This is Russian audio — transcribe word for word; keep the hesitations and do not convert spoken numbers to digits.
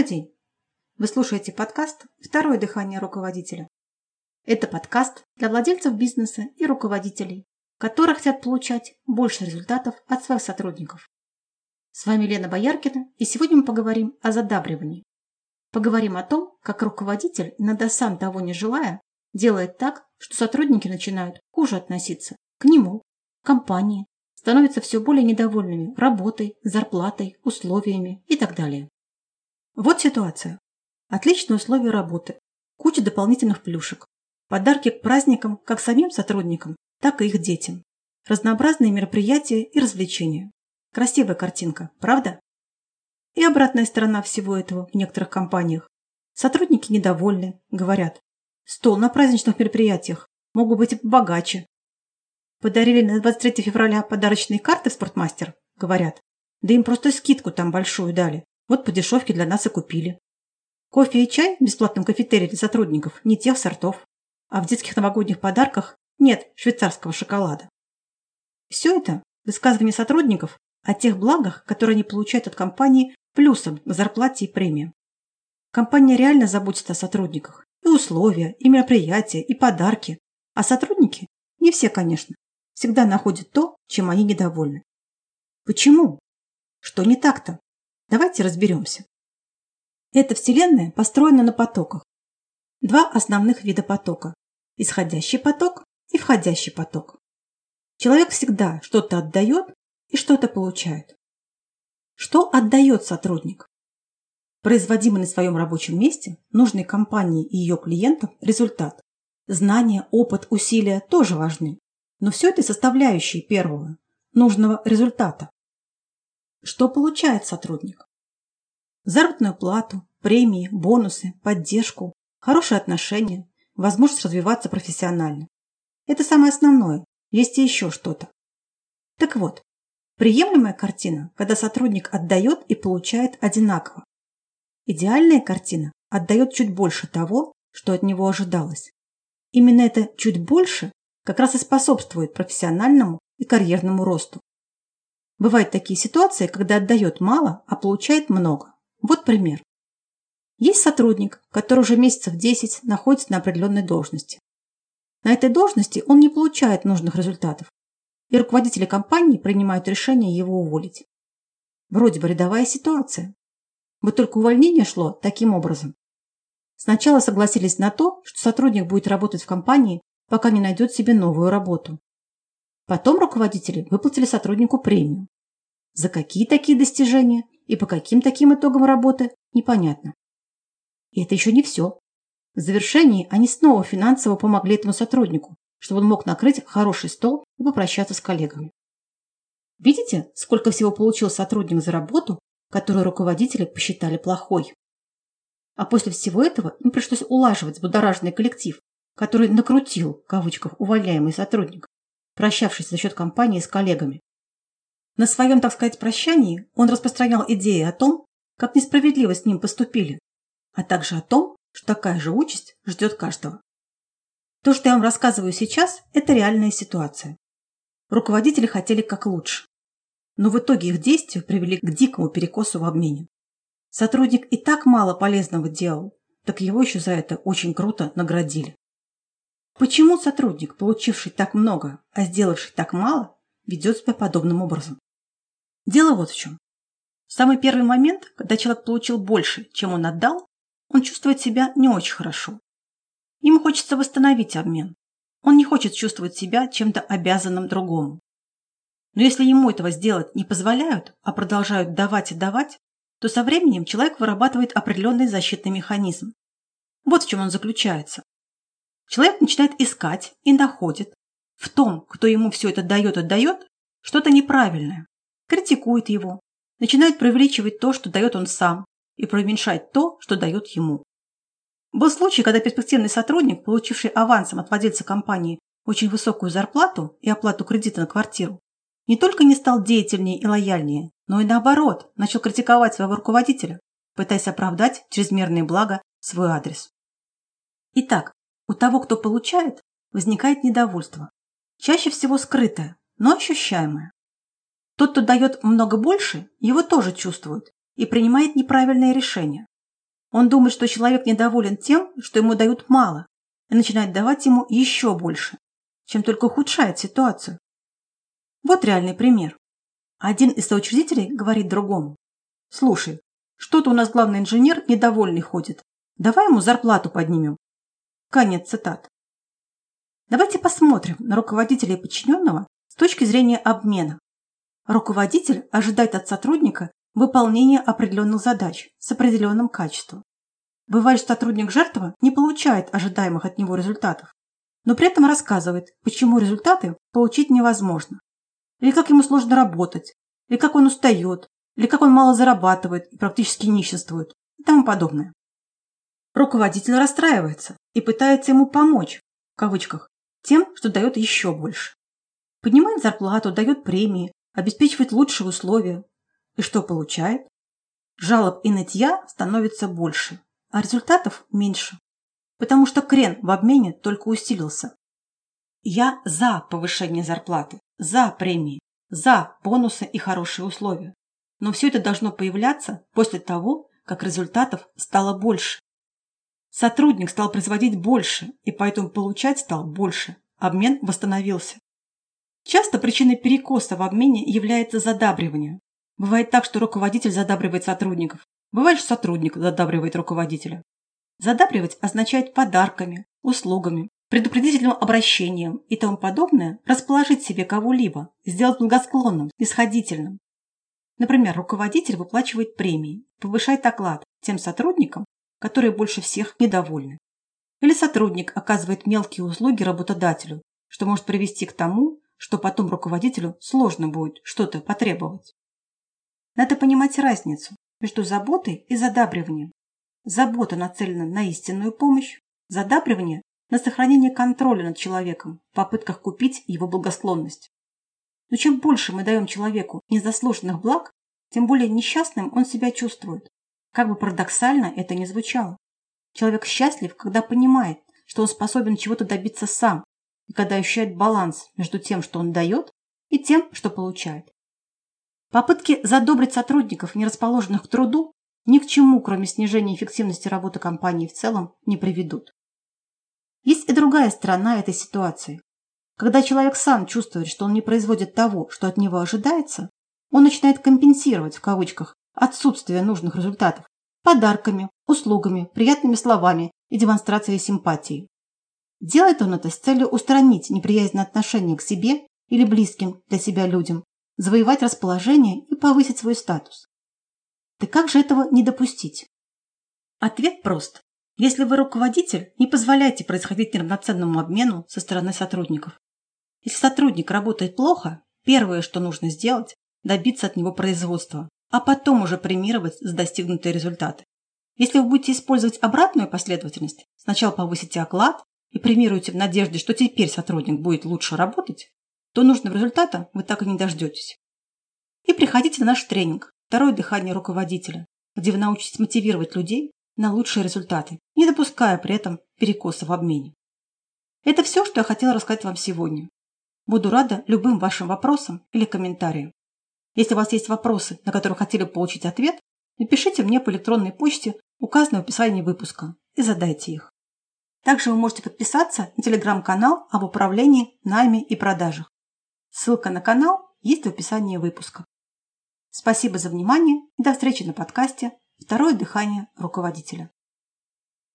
день! Вы слушаете подкаст «Второе дыхание руководителя». Это подкаст для владельцев бизнеса и руководителей, которые хотят получать больше результатов от своих сотрудников. С вами Лена Бояркина, и сегодня мы поговорим о задабривании. Поговорим о том, как руководитель, иногда сам того не желая, делает так, что сотрудники начинают хуже относиться к нему, к компании, становятся все более недовольными работой, зарплатой, условиями и так далее. Вот ситуация. Отличные условия работы, куча дополнительных плюшек, подарки к праздникам как самим сотрудникам, так и их детям, разнообразные мероприятия и развлечения. Красивая картинка, правда? И обратная сторона всего этого в некоторых компаниях. Сотрудники недовольны, говорят, стол на праздничных мероприятиях могут быть и побогаче. Подарили на двадцать третье февраля подарочные карты в Спортмастер, говорят, да им просто скидку там большую дали, вот по дешевке для нас и купили. Кофе и чай в бесплатном кафетерии для сотрудников не тех сортов, а в детских новогодних подарках нет швейцарского шоколада. Все это высказывание сотрудников о тех благах, которые они получают от компании плюсом к зарплате и премиям. Компания реально заботится о сотрудниках. И условия, и мероприятия, и подарки. А сотрудники, не все, конечно, всегда находят то, чем они недовольны. Почему? Что не так-то? Давайте разберемся. Эта вселенная построена на потоках. Два основных вида потока – исходящий поток и входящий поток. Человек всегда что-то отдает и что-то получает. Что отдает сотрудник? Производимый на своем рабочем месте, нужной компании и ее клиентам результат. Знания, опыт, усилия тоже важны. Но все это составляющие первого, нужного результата. Что получает сотрудник? Заработную плату, премии, бонусы, поддержку, хорошие отношения, возможность развиваться профессионально. Это самое основное, есть и еще что-то. Так вот, приемлемая картина, когда сотрудник отдает и получает одинаково. Идеальная картина отдает чуть больше того, что от него ожидалось. Именно это чуть больше как раз и способствует профессиональному и карьерному росту. Бывают такие ситуации, когда отдает мало, а получает много. Вот пример. Есть сотрудник, который уже месяцев десять находится на определенной должности. На этой должности он не получает нужных результатов, и руководители компании принимают решение его уволить. Вроде бы рядовая ситуация. Вот только увольнение шло таким образом. Сначала согласились на то, что сотрудник будет работать в компании, пока не найдет себе новую работу. Потом руководители выплатили сотруднику премию. За какие такие достижения и по каким таким итогам работы, непонятно. И это еще не все. В завершении они снова финансово помогли этому сотруднику, чтобы он мог накрыть хороший стол и попрощаться с коллегами. Видите, сколько всего получил сотрудник за работу, которую руководители посчитали плохой? А после всего этого им пришлось улаживать взбудораженный коллектив, который накрутил, в кавычках, увольняемый сотрудник, прощавшись за счет компании с коллегами. На своем, так сказать, прощании он распространял идеи о том, как несправедливо с ним поступили, а также о том, что такая же участь ждет каждого. То, что я вам рассказываю сейчас, это реальная ситуация. Руководители хотели как лучше, но в итоге их действия привели к дикому перекосу в обмене. Сотрудник и так мало полезного делал, так его еще за это очень круто наградили. Почему сотрудник, получивший так много, а сделавший так мало, ведет себя подобным образом? Дело вот в чем. В самый первый момент, когда человек получил больше, чем он отдал, он чувствует себя не очень хорошо. Ему хочется восстановить обмен. Он не хочет чувствовать себя чем-то обязанным другому. Но если ему этого сделать не позволяют, а продолжают давать и давать, то со временем человек вырабатывает определенный защитный механизм. Вот в чем он заключается. Человек начинает искать и находит в том, кто ему все это дает и дает, что-то неправильное, критикует его, начинает преувеличивать то, что дает он сам, и преуменьшать то, что дает ему. Был случай, когда перспективный сотрудник, получивший авансом от владельца компании очень высокую зарплату и оплату кредита на квартиру, не только не стал деятельнее и лояльнее, но и наоборот, начал критиковать своего руководителя, пытаясь оправдать чрезмерные блага в свой адрес. Итак, у того, кто получает, возникает недовольство. Чаще всего скрытое, но ощущаемое. Тот, кто дает много больше, его тоже чувствует и принимает неправильные решения. Он думает, что человек недоволен тем, что ему дают мало, и начинает давать ему еще больше, чем только ухудшает ситуацию. Вот реальный пример. Один из соучредителей говорит другому: «Слушай, что-то у нас главный инженер недовольный ходит. Давай ему зарплату поднимем». Конец цитат. Давайте посмотрим на руководителя и подчиненного с точки зрения обмена. Руководитель ожидает от сотрудника выполнения определенных задач с определенным качеством. Бывает, что сотрудник жертва не получает ожидаемых от него результатов, но при этом рассказывает, почему результаты получить невозможно, или как ему сложно работать, или как он устает, или как он мало зарабатывает и практически нищенствует и тому подобное. Руководитель расстраивается и пытается ему помочь, в кавычках, тем, что дает еще больше. Поднимает зарплату, дает премии, обеспечивает лучшие условия. И что получает? Жалоб и нытья становится больше, а результатов меньше, потому что крен в обмене только усилился. Я за повышение зарплаты, за премии, за бонусы и хорошие условия. Но все это должно появляться после того, как результатов стало больше. Сотрудник стал производить больше и поэтому получать стал больше. Обмен восстановился. Часто причиной перекоса в обмене является задабривание. Бывает так, что руководитель задабривает сотрудников. Бывает, что сотрудник задабривает руководителя. Задабривать означает подарками, услугами, предупредительным обращением и тому подобное расположить себе кого-либо, сделать благосклонным, снисходительным. Например, руководитель выплачивает премии, повышает оклад тем сотрудникам, которые больше всех недовольны. Или сотрудник оказывает мелкие услуги работодателю, что может привести к тому, что потом руководителю сложно будет что-то потребовать. Надо понимать разницу между заботой и задабриванием. Забота нацелена на истинную помощь, задабривание – на сохранение контроля над человеком в попытках купить его благосклонность. Но чем больше мы даем человеку незаслуженных благ, тем более несчастным он себя чувствует. Как бы парадоксально это ни звучало. Человек счастлив, когда понимает, что он способен чего-то добиться сам, и когда ощущает баланс между тем, что он дает, и тем, что получает. Попытки задобрить сотрудников, не расположенных к труду, ни к чему, кроме снижения эффективности работы компании в целом, не приведут. Есть и другая сторона этой ситуации. Когда человек сам чувствует, что он не производит того, что от него ожидается, он начинает компенсировать, в кавычках, отсутствие нужных результатов подарками, услугами, приятными словами и демонстрацией симпатии. Делает он это с целью устранить неприязненное отношение к себе или близким для себя людям, завоевать расположение и повысить свой статус. Да как же этого не допустить? Ответ прост. Если вы руководитель, не позволяйте происходить неравноценному обмену со стороны сотрудников. Если сотрудник работает плохо, первое, что нужно сделать – добиться от него производства, а потом уже премировать за достигнутые результаты. Если вы будете использовать обратную последовательность, сначала повысите оклад и премируете в надежде, что теперь сотрудник будет лучше работать, то нужного результата вы так и не дождетесь. И приходите на наш тренинг «Второе дыхание руководителя», где вы научитесь мотивировать людей на лучшие результаты, не допуская при этом перекоса в обмене. Это все, что я хотела рассказать вам сегодня. Буду рада любым вашим вопросам или комментариям. Если у вас есть вопросы, на которые хотели получить ответ, напишите мне по электронной почте, указанной в описании выпуска, и задайте их. Также вы можете подписаться на телеграм-канал об управлении, найме и продажах. Ссылка на канал есть в описании выпуска. Спасибо за внимание и до встречи на подкасте «Второе дыхание руководителя».